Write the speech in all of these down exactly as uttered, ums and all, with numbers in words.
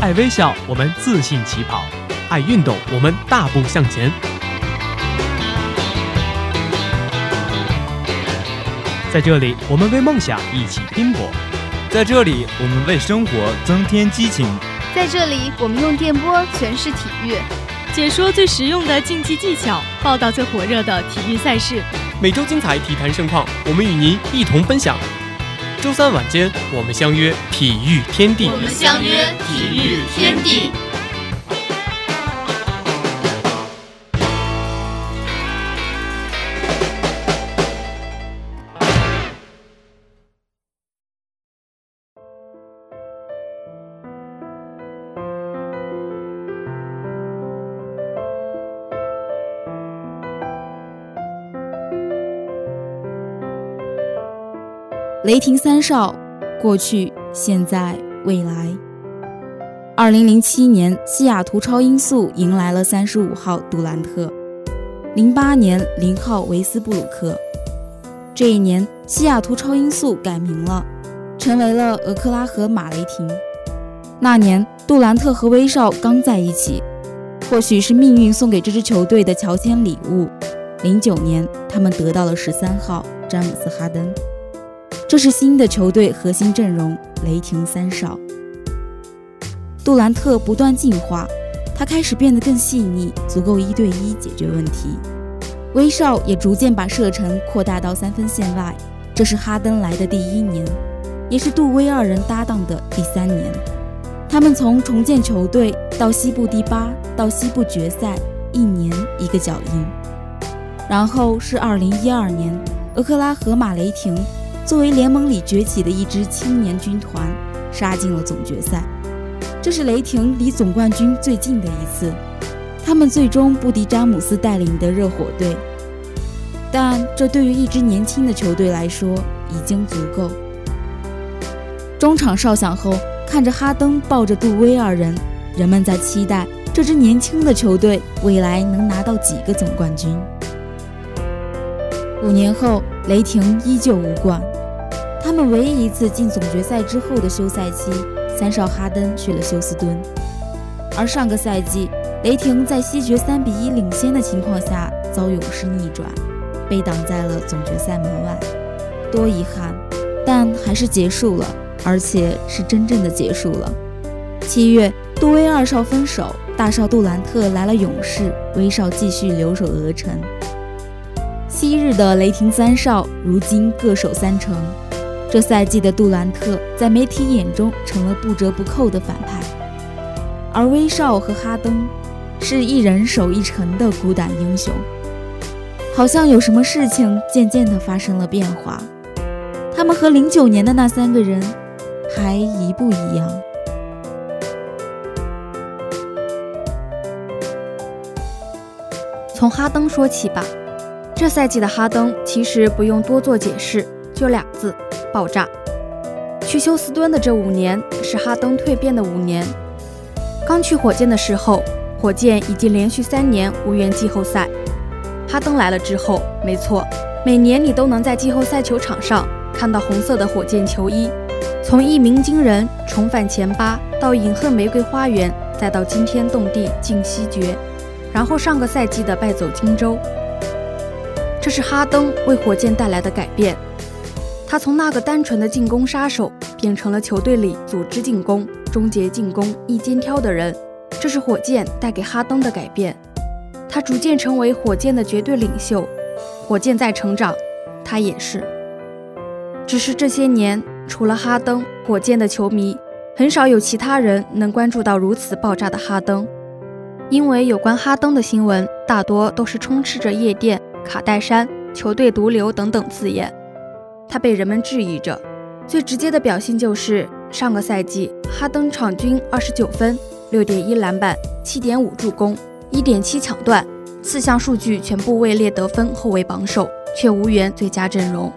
爱微笑，我们自信起跑；爱运动，我们大步向前。在这里，我们为梦想一起拼搏； 在这里，我们为生活增添激情； 在这里，我们用电波诠释体育， 解说最实用的竞技技巧，报道最火热的体育赛事。 每周精彩体坛盛况，我们与您一同分享。周三晚间，我们相约体育天地。 我们相约体育天地。 雷霆三少，过去、现在、未来。二零零七年，西雅图超音速迎来了三十五号杜兰特，零八年零号维斯布鲁克。这一年，西雅图超音速改名了，成为了俄克拉荷马雷霆。那年，杜兰特和威少刚在一起，或许是命运送给这支球队的乔迁礼物。零九年，他们得到了十三号詹姆斯哈登。这是新的球队核心阵容，雷霆三少。杜兰特不断进化，他开始变得更细腻，足够一对一解决问题。威少也逐渐把射程扩大到三分线外，这是哈登来的第一年，也是杜威二人搭档的第三年。他们从重建球队到西部第八，到西部决赛，一年一个脚印。然后是二零一二年，俄克拉荷马雷霆作为联盟里崛起的一支青年军团，杀进了总决赛。这是雷霆离总冠军最近的一次，他们最终不敌詹姆斯带领的热火队，但这对于一支年轻的球队来说已经足够。中场哨响后，看着哈登抱着杜威二人，人们在期待这支年轻的球队未来能拿到几个总冠军。五年后，雷霆依旧无冠。他们唯一一次进总决赛之后的休赛期，三少哈登去了休斯敦。而上个赛季，雷霆在西决三比一领先的情况下遭勇士逆转，被挡在了总决赛门外。多遗憾，但还是结束了，而且是真正的结束了。七月，杜威二少分手，大少杜兰特来了勇士，威少继续留守鹅城。昔日的雷霆三少，如今各守三城。这赛季的杜兰特在媒体眼中成了不折不扣的反派，而威少和哈登是一人守一城的孤胆英雄。好像有什么事情渐渐地发生了变化，他们和零九年的那三个人还一不一样？ 从哈登说起吧。这赛季的哈登其实不用多做解释，就俩字：爆炸。去休斯敦的这五年是哈登蜕变的五年。刚去火箭的时候，火箭已经连续三年无缘季后赛。哈登来了之后，没错，每年你都能在季后赛球场上看到红色的火箭球衣。从一鸣惊人重返前八，到饮恨玫瑰花园，再到惊天动地进西决，然后上个赛季的败走金州。这是哈登为火箭带来的改变，他从那个单纯的进攻杀手变成了球队里组织进攻、终结进攻一肩挑的人。这是火箭带给哈登的改变，他逐渐成为火箭的绝对领袖。火箭在成长，他也是。只是这些年，除了哈登，火箭的球迷很少有其他人能关注到如此爆炸的哈登，因为有关哈登的新闻大多都是充斥着夜店、卡戴珊、球队毒瘤等等字眼，他被人们质疑着。最直接的表现就是上个赛季哈登场均二十九分、六点一篮板、七点五助攻、一点七抢断，四项数据全部位列得分后卫榜首，却无缘最佳阵容。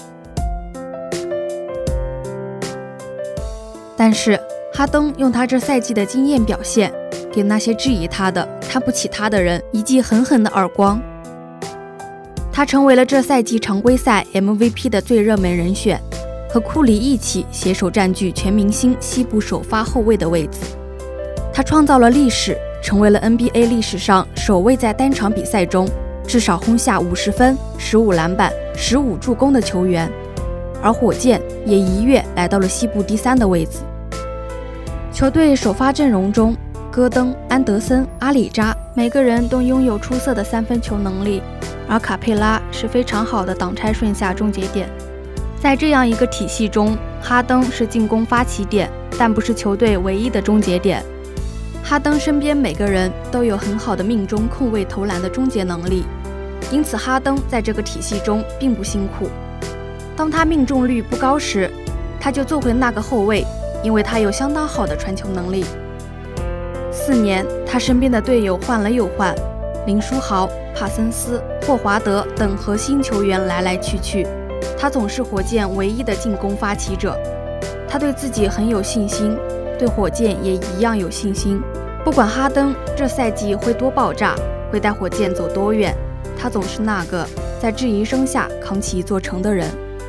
但是哈登用他这赛季的惊艳表现，给那些质疑他的、看不起他的人一记狠狠的耳光。他成为了这赛季常规赛 M V P 的最热门人选，和库里一起携手占据全明星西部首发后卫的位置。他他创造了历史，成为了 N B A 历史上首位在单场比赛中至少轰下五十分、十五篮板、十五助攻的球员，而火箭也一跃来到了西部第三的位置。球队首发阵容中，戈登、安德森、阿里扎每个人都拥有出色的三分球能力，而卡佩拉是非常好的挡拆顺下终结点。在这样一个体系中，哈登是进攻发起点，但不是球队唯一的终结点。哈登身边每个人都有很好的命中控卫投篮的终结能力，因此哈登在这个体系中并不辛苦。当他命中率不高时，他就做回那个后卫，因为他有相当好的传球能力。四年，他身边的队友换了又换，林书豪、帕森斯、霍华德等核心球员来来去去，他总是火箭唯一的进攻发起者。他对自己很有信心，对火箭也一样有信心。不管哈登这赛季会多爆炸，会带火箭走多远，他总是那个在质疑声下扛起一座城的人。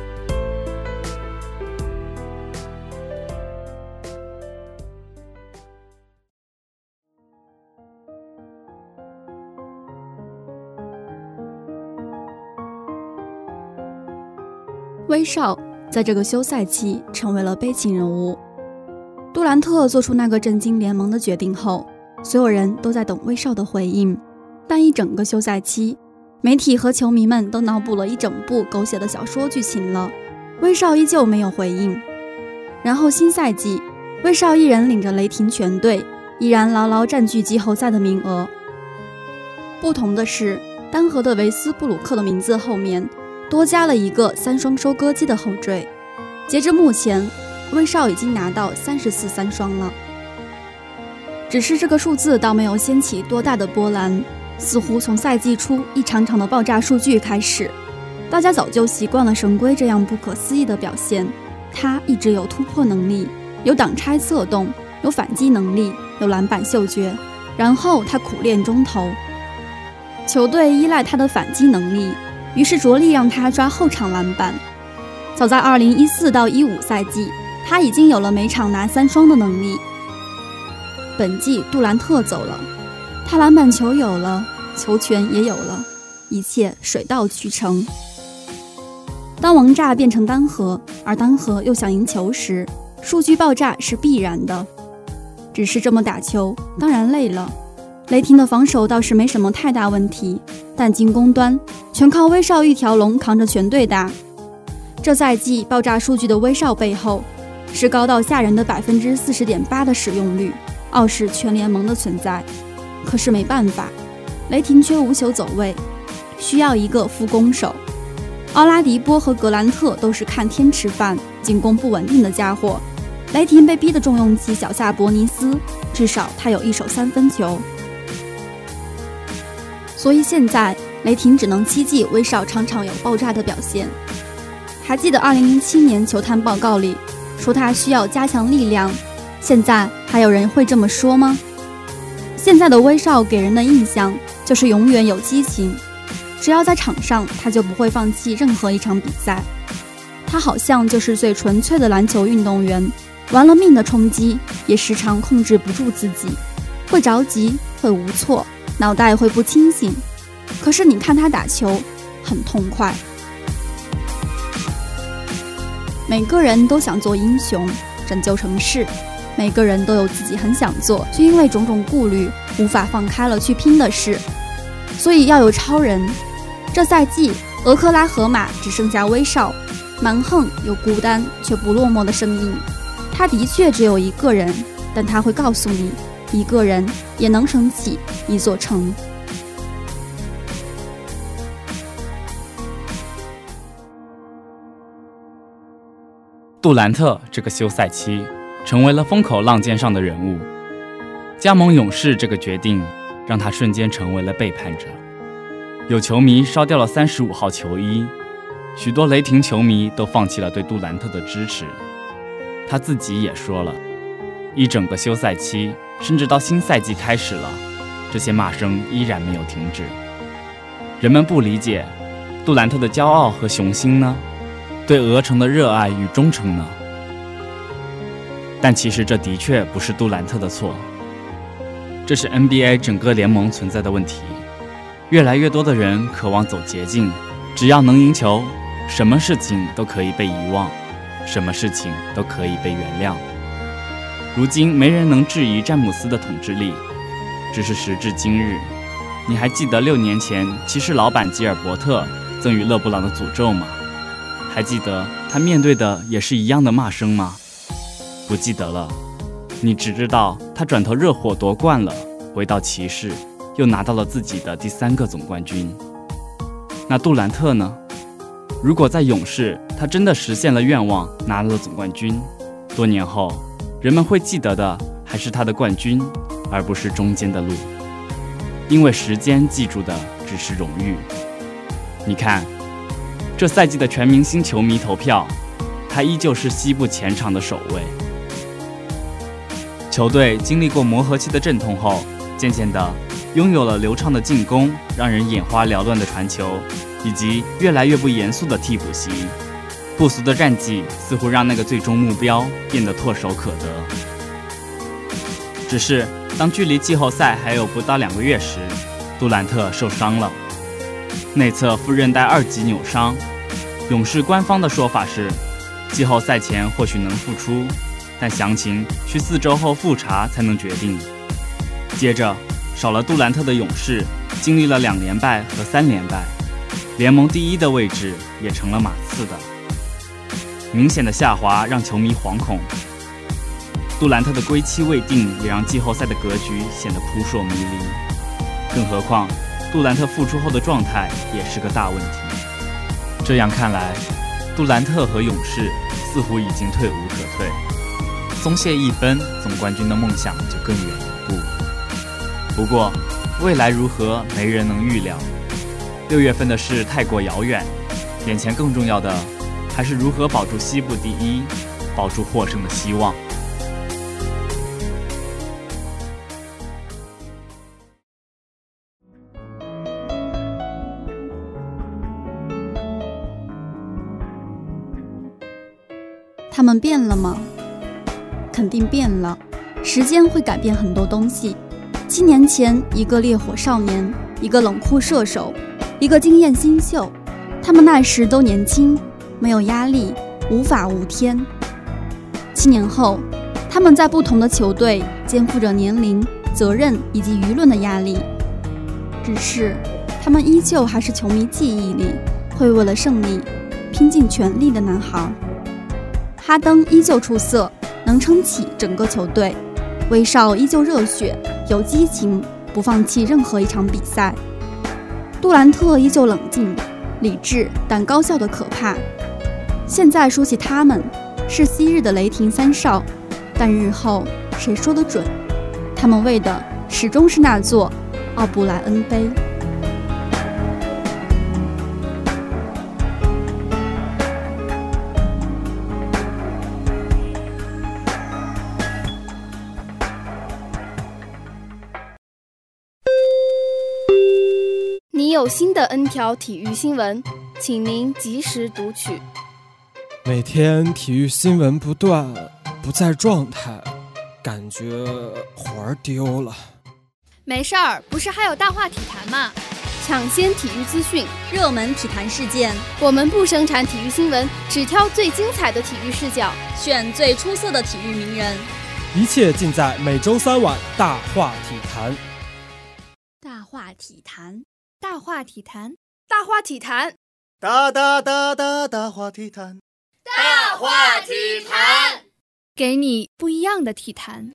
威少在这个休赛期成为了悲情人物。杜兰特做出那个震惊联盟的决定后，所有人都在等威少的回应，但一整个休赛期，媒体和球迷们都脑补了一整部狗血的小说剧情了，威少依旧没有回应。然后新赛季，威少一人领着雷霆全队，依然牢牢占据季后赛的名额。不同的是，单核的维斯布鲁克的名字后面多加了一个三双收割机的后缀。截至目前，威少已经拿到三十次三双了。只是这个数字倒没有掀起多大的波澜，似乎从赛季初一场场的爆炸数据开始，大家早就习惯了神龟这样不可思议的表现。他一直有突破能力，有挡拆策动，有反击能力，有篮板嗅觉，然后他苦练中投。球队依赖他的反击能力，于是着力让他抓后场篮板。早在二零一四到一五赛季，他已经有了每场拿三双的能力。本季杜兰特走了，他篮板球有了，球权也有了，一切水到渠成。当王炸变成单核，而单核又想赢球时，数据爆炸是必然的。只是这么打球，当然累了。雷霆的防守倒是没什么太大问题，但进攻端全靠威少一条龙扛着全队打。这赛季爆炸数据的威少背后，是高到吓人的 百分之四十点八 的使用率，傲视全联盟的存在。可是没办法，雷霆缺无球走位，需要一个副攻手。奥拉迪波和格兰特都是看天吃饭，进攻不稳定的家伙。雷霆被逼得重用起小夏伯尼斯，至少他有一手三分球。所以现在雷霆只能期冀威少场场有爆炸的表现。还记得二零零七年球探报告里说他需要加强力量，现在还有人会这么说吗？现在的威少给人的印象就是永远有激情，只要在场上他就不会放弃任何一场比赛。他好像就是最纯粹的篮球运动员，玩了命的冲击，也时常控制不住自己，会着急，会无措，脑袋会不清醒。可是你看他打球很痛快。每个人都想做英雄，拯救城市，每个人都有自己很想做，却因为种种顾虑无法放开了去拼的事。所以要有超人。这赛季俄克拉荷马只剩下威少，蛮横又孤单却不落寞的身影。他的确只有一个人，但他会告诉你，一个人也能撑起一座城。 杜兰特这个休赛期成为了风口浪尖上的人物，加盟勇士这个决定让他瞬间成为了背叛者。有球迷烧掉了三十五号球衣，许多雷霆球迷都放弃了对杜兰特的支持。他自己也说了，一整个休赛期甚至到新赛季开始了，这些骂声依然没有停止。人们不理解杜兰特的骄傲和雄心呢？对俄城的热爱与忠诚呢？但其实这的确不是杜兰特的错。 这是 N B A 整个联盟存在的问题。越来越多的人渴望走捷径，只要能赢球，什么事情都可以被遗忘，什么事情都可以被原谅。如今没人能质疑詹姆斯的统治力，只是时至今日，你还记得六年前骑士老板吉尔伯特赠予勒布朗的诅咒吗？还记得他面对的也是一样的骂声吗？不记得了，你只知道他转头热火夺冠了，回到骑士又拿到了自己的第三个总冠军。那杜兰特呢？如果在勇士他真的实现了愿望，拿了总冠军，多年后人们会记得的还是他的冠军，而不是中间的路，因为时间记住的只是荣誉。你看这赛季的全明星球迷投票，他依旧是西部前场的首位。球队经历过磨合期的阵痛后，渐渐地拥有了流畅的进攻，让人眼花缭乱的传球，以及越来越不严肃的替补席。不俗的战绩似乎让那个最终目标变得唾手可得。只是当距离季后赛还有不到两个月时，杜兰特受伤了，内侧副韧带二级扭伤。勇士官方的说法是，季后赛前或许能复出，但详情需四周后复查才能决定。接着少了杜兰特的勇士经历了两连败和三连败，联盟第一的位置也成了马刺的。明显的下滑让球迷惶恐，杜兰特的归期未定也让季后赛的格局显得扑朔迷离。更何况杜兰特复出后的状态也是个大问题。这样看来，杜兰特和勇士似乎已经退无可退，松懈一分，总冠军的梦想就更远一步。不过未来如何，没人能预料。六月份的事太过遥远，眼前更重要的还是如何保住西部第一，保住获胜的希望。 他们变了吗？肯定变了。时间会改变很多东西。七年前，一个烈火少年，一个冷酷射手，一个惊艳新秀，他们那时都年轻，没有压力，无法无天。七年后，他们在不同的球队肩负着年龄、责任以及舆论的压力，只是他们依旧还是球迷记忆里会为了胜利拼尽全力的男孩。哈登依旧出色，能撑起整个球队。威少依旧热血，有激情，不放弃任何一场比赛。杜兰特依旧冷静、理智，但高效的可怕。现在说起他们，是昔日的雷霆三少，但日后谁说得准？他们为的始终是那座奥布莱恩杯。 你有新的 N 条体育新闻，请您及时读取。 每天体育新闻不断，不在状态，感觉魂儿丢了。 没事儿，不是还有大话体坛吗？抢先体育资讯， 热门体坛事件， 我们不生产体育新闻，只挑最精彩的体育视角， 选最出色的体育名人， 一切尽在每周三晚大话体坛。 大话体坛， 大话体坛，大话体坛， 大大大大大话体坛， 大话体坛， 给你不一样的体坛。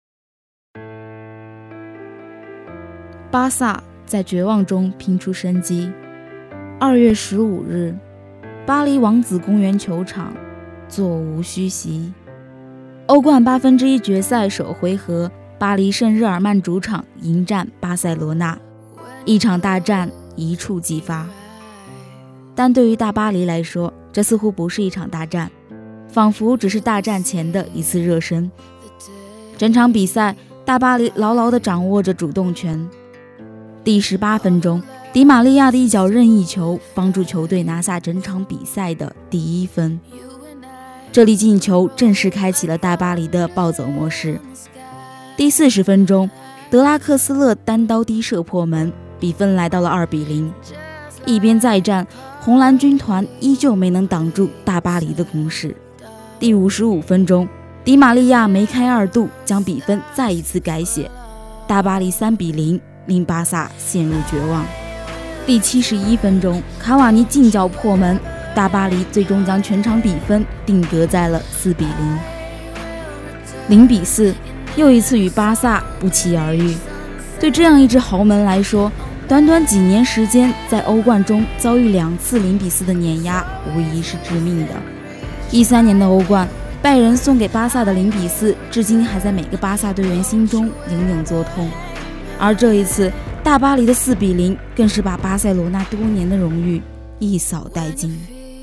巴萨在绝望中拼出生机。二月十五日，巴黎王子公园球场座无虚席。欧冠八分之一决赛首回合，巴黎圣日耳曼主场迎战巴塞罗那，一场大战一触即发。但对于大巴黎来说，这似乎不是一场大战，仿佛只是大战前的一次热身。整场比赛，大巴黎牢牢地掌握着主动权。第十八分钟，迪玛利亚的一脚任意球帮助球队拿下整场比赛的第一分。这粒进球正式开启了大巴黎的暴走模式。第四十分钟， 德拉克斯勒单刀低射破门，比分来到了二比零。一边再战，红蓝军团依旧没能挡住大巴黎的攻势。第五十五分钟，迪玛利亚梅开二度，将比分再一次改写，大巴黎三比零，令巴萨陷入绝望。第七十一分钟，卡瓦尼近角破门，大巴黎最终将全场比分定格在了四比零。零比四，又一次与巴萨不期而遇。对这样一支豪门来说，短短几年时间，在欧冠中遭遇两次零比四的碾压，无疑是致命的。一三年的欧冠，拜仁送给巴萨的零比四，至今还在每个巴萨队员心中隐隐作痛。而这一次，大巴黎的四比零，更是把巴塞罗那多年的荣誉一扫殆尽。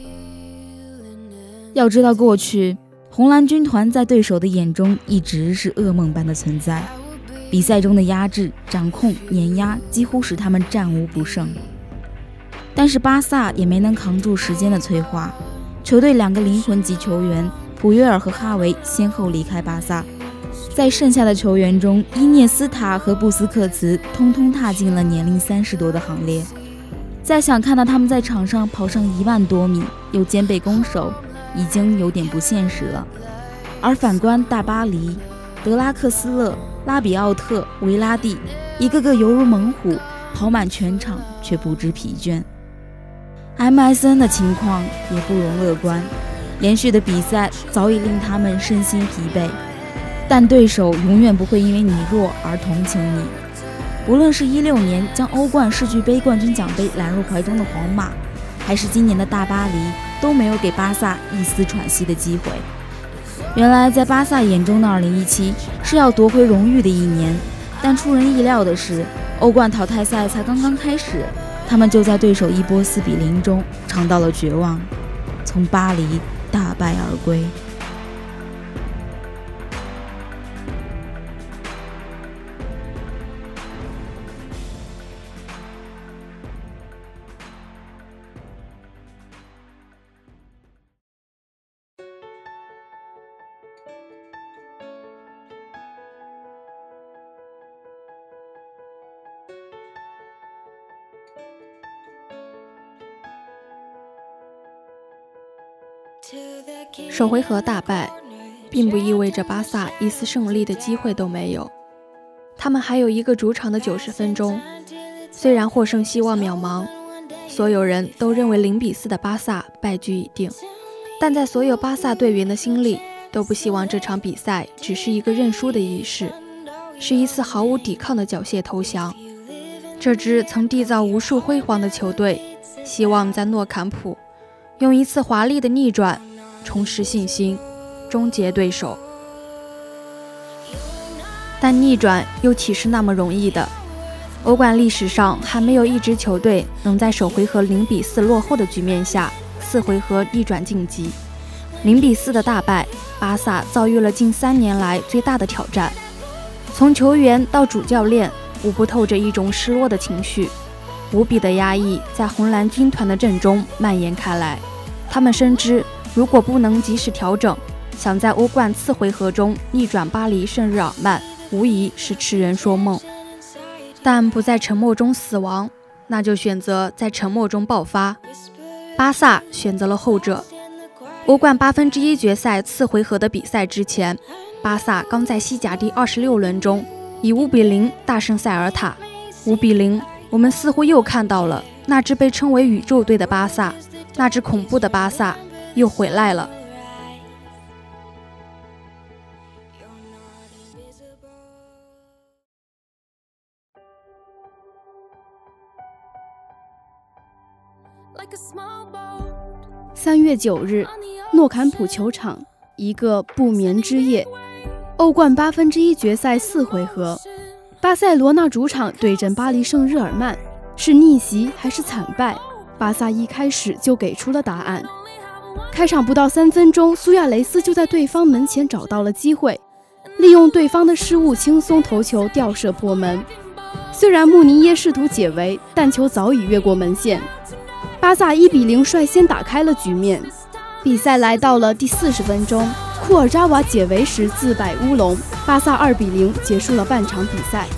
要知道，过去红蓝军团在对手的眼中一直是噩梦般的存在，比赛中的压制、掌控、碾压几乎使他们战无不胜。但是巴萨也没能扛住时间的催化，球队两个灵魂级球员普约尔和哈维先后离开巴萨，在剩下的球员中，伊涅斯塔和布斯克茨通通踏进了年龄三十多的行列。再想看到他们在场上跑上一万多米，又兼备攻守，已经有点不现实了。而反观大巴黎，德拉克斯勒、拉比奥特、维拉蒂，一个个犹如猛虎，跑满全场却不知疲倦。M S N 的情况也不容乐观，连续的比赛早已令他们身心疲惫，但对手永远不会因为你弱而同情你。无论是一六年将欧冠世俱杯冠军奖杯揽入怀中的皇马，还是今年的大巴黎，都没有给巴萨一丝喘息的机会。原来在巴萨眼中的二零一七是要夺回荣誉的一年，但出人意料的是，欧冠淘汰赛才刚刚开始，他们就在对手一波四比零中尝到了绝望，从巴黎大败而归。 首回合大败，并不意味着巴萨一丝胜利的机会都没有。他们还有一个主场的九十分钟，虽然获胜希望渺茫，所有人都认为零比四的巴萨败局已定，但在所有巴萨队员的心里，都不希望这场比赛只是一个认输的仪式，是一次毫无抵抗的缴械投降。这支曾缔造无数辉煌的球队，希望在诺坎普用一次华丽的逆转重拾信心，终结对手。但逆转又岂是那么容易的？欧冠历史上还没有一支球队能在首回合零比四落后的局面下四回合逆转晋级。零比四的大败，巴萨遭遇了近三年来最大的挑战，从球员到主教练，无不透着一种失落的情绪，无比的压抑在红蓝军团的阵中蔓延开来。他们深知，如果不能及时调整，想在欧冠次回合中逆转巴黎圣日耳曼，无疑是痴人说梦。但不在沉默中死亡，那就选择在沉默中爆发。巴萨选择了后者。欧冠八分之一决赛次回合的比赛之前，巴萨刚在西甲第二十六轮中以五比零大胜塞尔塔。五比零，我们似乎又看到了那支被称为宇宙队的巴萨，那支恐怖的巴萨又回来了。 三月九日，诺坎普球场，一个不眠之夜。欧冠八分之一决赛四回合，巴塞罗那主场对阵巴黎圣日耳曼，是逆袭还是惨败？巴萨一开始就给出了答案。开场不到三分钟，苏亚雷斯就在对方门前找到了机会，利用对方的失误轻松头球吊射破门。虽然穆尼耶试图解围，但球早已越过门线。巴萨一比零率先打开了局面。比赛来到了第四十分钟，库尔扎瓦解围时自摆乌龙，巴萨二比零结束了半场比赛。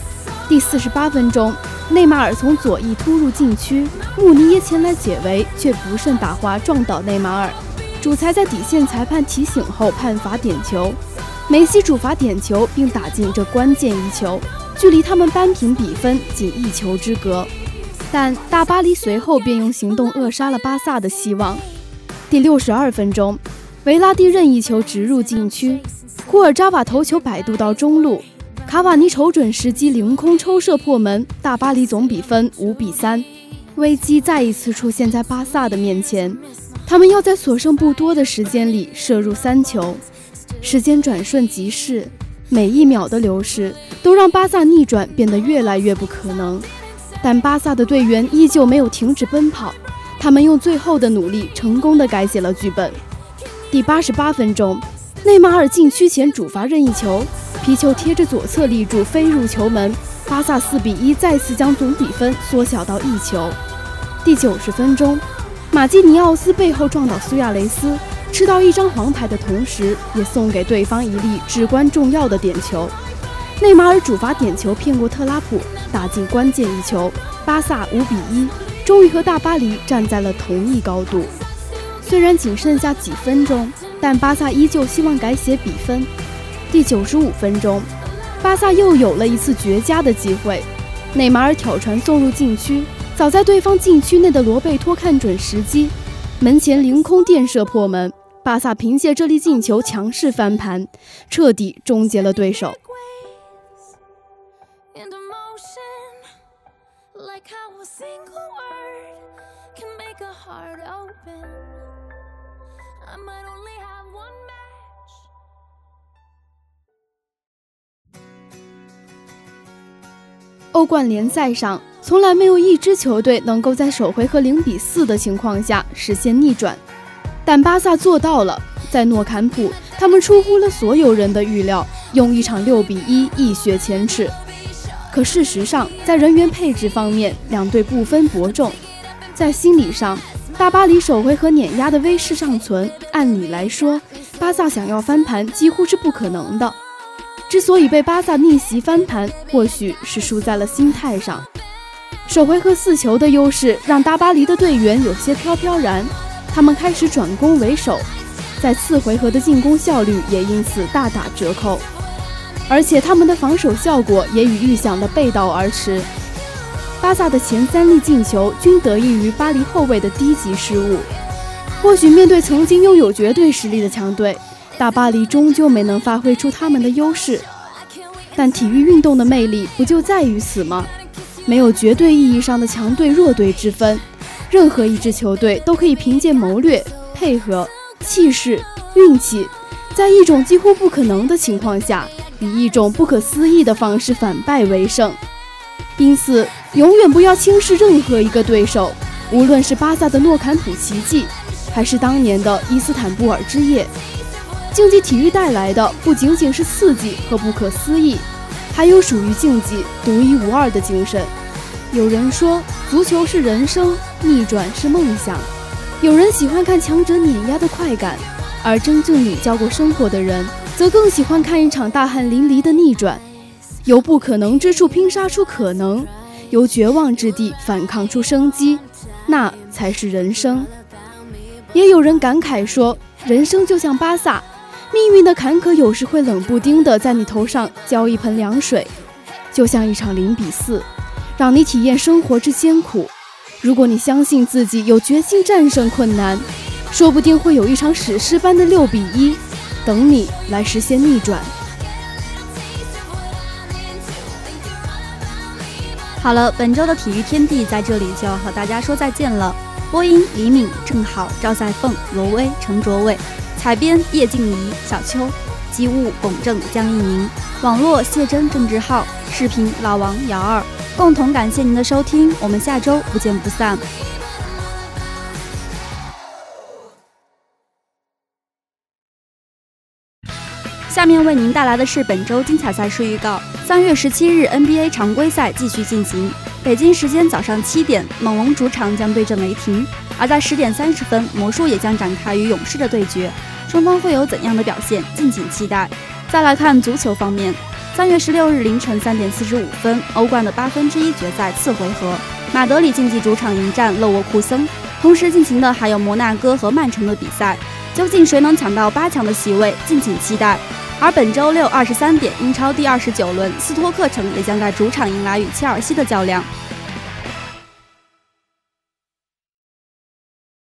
第四十八分钟，内马尔从左翼突入禁区，穆尼耶前来解围，却不慎打滑撞倒内马尔。主裁在底线裁判提醒后判罚点球，梅西主罚点球并打进这关键一球，距离他们扳平比分仅一球之隔。但大巴黎随后便用行动扼杀了巴萨的希望。第六十二分钟，维拉蒂任意球直入禁区，库尔扎瓦头球摆渡到中路，卡瓦尼瞅准时机凌空抽射破门，大巴黎总比分五比三。危机再一次出现在巴萨的面前，他们要在所剩不多的时间里射入三球。时间转瞬即逝，每一秒的流逝都让巴萨逆转变得越来越不可能。但巴萨的队员依旧没有停止奔跑，他们用最后的努力成功地改写了剧本。第八十八分钟，内马尔禁区前主罚任意球，皮球贴着左侧立柱飞入球门，巴萨四比一再次将总比分缩小到一球。第九十分钟，马基尼奥斯背后撞倒苏亚雷斯，吃到一张黄牌的同时，也送给对方一粒至关重要的点球。内马尔主罚点球骗过特拉普，打进关键一球，巴萨五比一，终于和大巴黎站在了同一高度。虽然仅剩下几分钟，但巴萨依旧希望改写比分。第九十五分钟，巴萨又有了一次绝佳的机会，内马尔挑传送入禁区，早在对方禁区内的罗贝托看准时机，门前凌空垫射破门，巴萨凭借这粒进球强势翻盘，彻底终结了对手。欧冠联赛上，从来没有一支球队能够在首回合零比四的情况下实现逆转，但巴萨做到了。在诺坎普，他们出乎了所有人的预料，用一场六比一一雪前耻。可事实上，在人员配置方面，两队不分伯仲。在心理上，大巴黎首回合碾压的威势尚存，按理来说，巴萨想要翻盘几乎是不可能的。之所以被巴萨逆袭翻盘，或许是输在了心态上。首回合四球的优势让大巴黎的队员有些飘飘然，他们开始转攻为守，在次回合的进攻效率也因此大打折扣，而且他们的防守效果也与预想的背道而驰。巴萨的前三粒进球均得益于巴黎后卫的低级失误。或许面对曾经拥有绝对实力的强队，大巴黎终究没能发挥出他们的优势，但体育运动的魅力不就在于此吗？没有绝对意义上的强队弱队之分，任何一支球队都可以凭借谋略、配合、气势、运气，在一种几乎不可能的情况下，以一种不可思议的方式反败为胜。因此，永远不要轻视任何一个对手，无论是巴萨的诺坎普奇迹，还是当年的伊斯坦布尔之夜。竞技体育带来的不仅仅是刺激和不可思议，还有属于竞技独一无二的精神。有人说，足球是人生，逆转是梦想。有人喜欢看强者碾压的快感，而真正领教过生活的人，则更喜欢看一场大汗淋漓的逆转。由不可能之处拼杀出可能，由绝望之地反抗出生机，那才是人生。也有人感慨说，人生就像巴萨，命运的坎坷有时会冷不丁地在你头上浇一盆凉水，就像一场零比四，让你体验生活之艰苦。如果你相信自己有决心战胜困难，说不定会有一场史诗般的六比一等你来实现逆转。 好了，本周的体育天地在这里就要和大家说再见了。播音李敏、郑好、赵赛凤、罗威、陈卓伟，采编叶静怡、小秋，机务龚正、江一宁，网络谢真、郑志浩，视频老王、姚二，共同感谢您的收听，我们下周不见不散。下面为您带来的是本周精彩赛事预告。三月十七日 N B A 常规赛继续进行，北京时间早上七点，猛龙主场将对阵雷霆，而在十点三十分，魔术也将展开与勇士的对决，双方会有怎样的表现，敬请期待。再来看足球方面， 三月十六日凌晨三点四十五分，欧冠的八分之一决赛次回合，马德里竞技主场迎战勒沃库森，同时进行的还有摩纳哥和曼城的比赛。究竟谁能抢到八强的席位，敬请期待。而本周六二十三点，英超第二十九轮，斯托克城也将在主场迎来与切尔西的较量。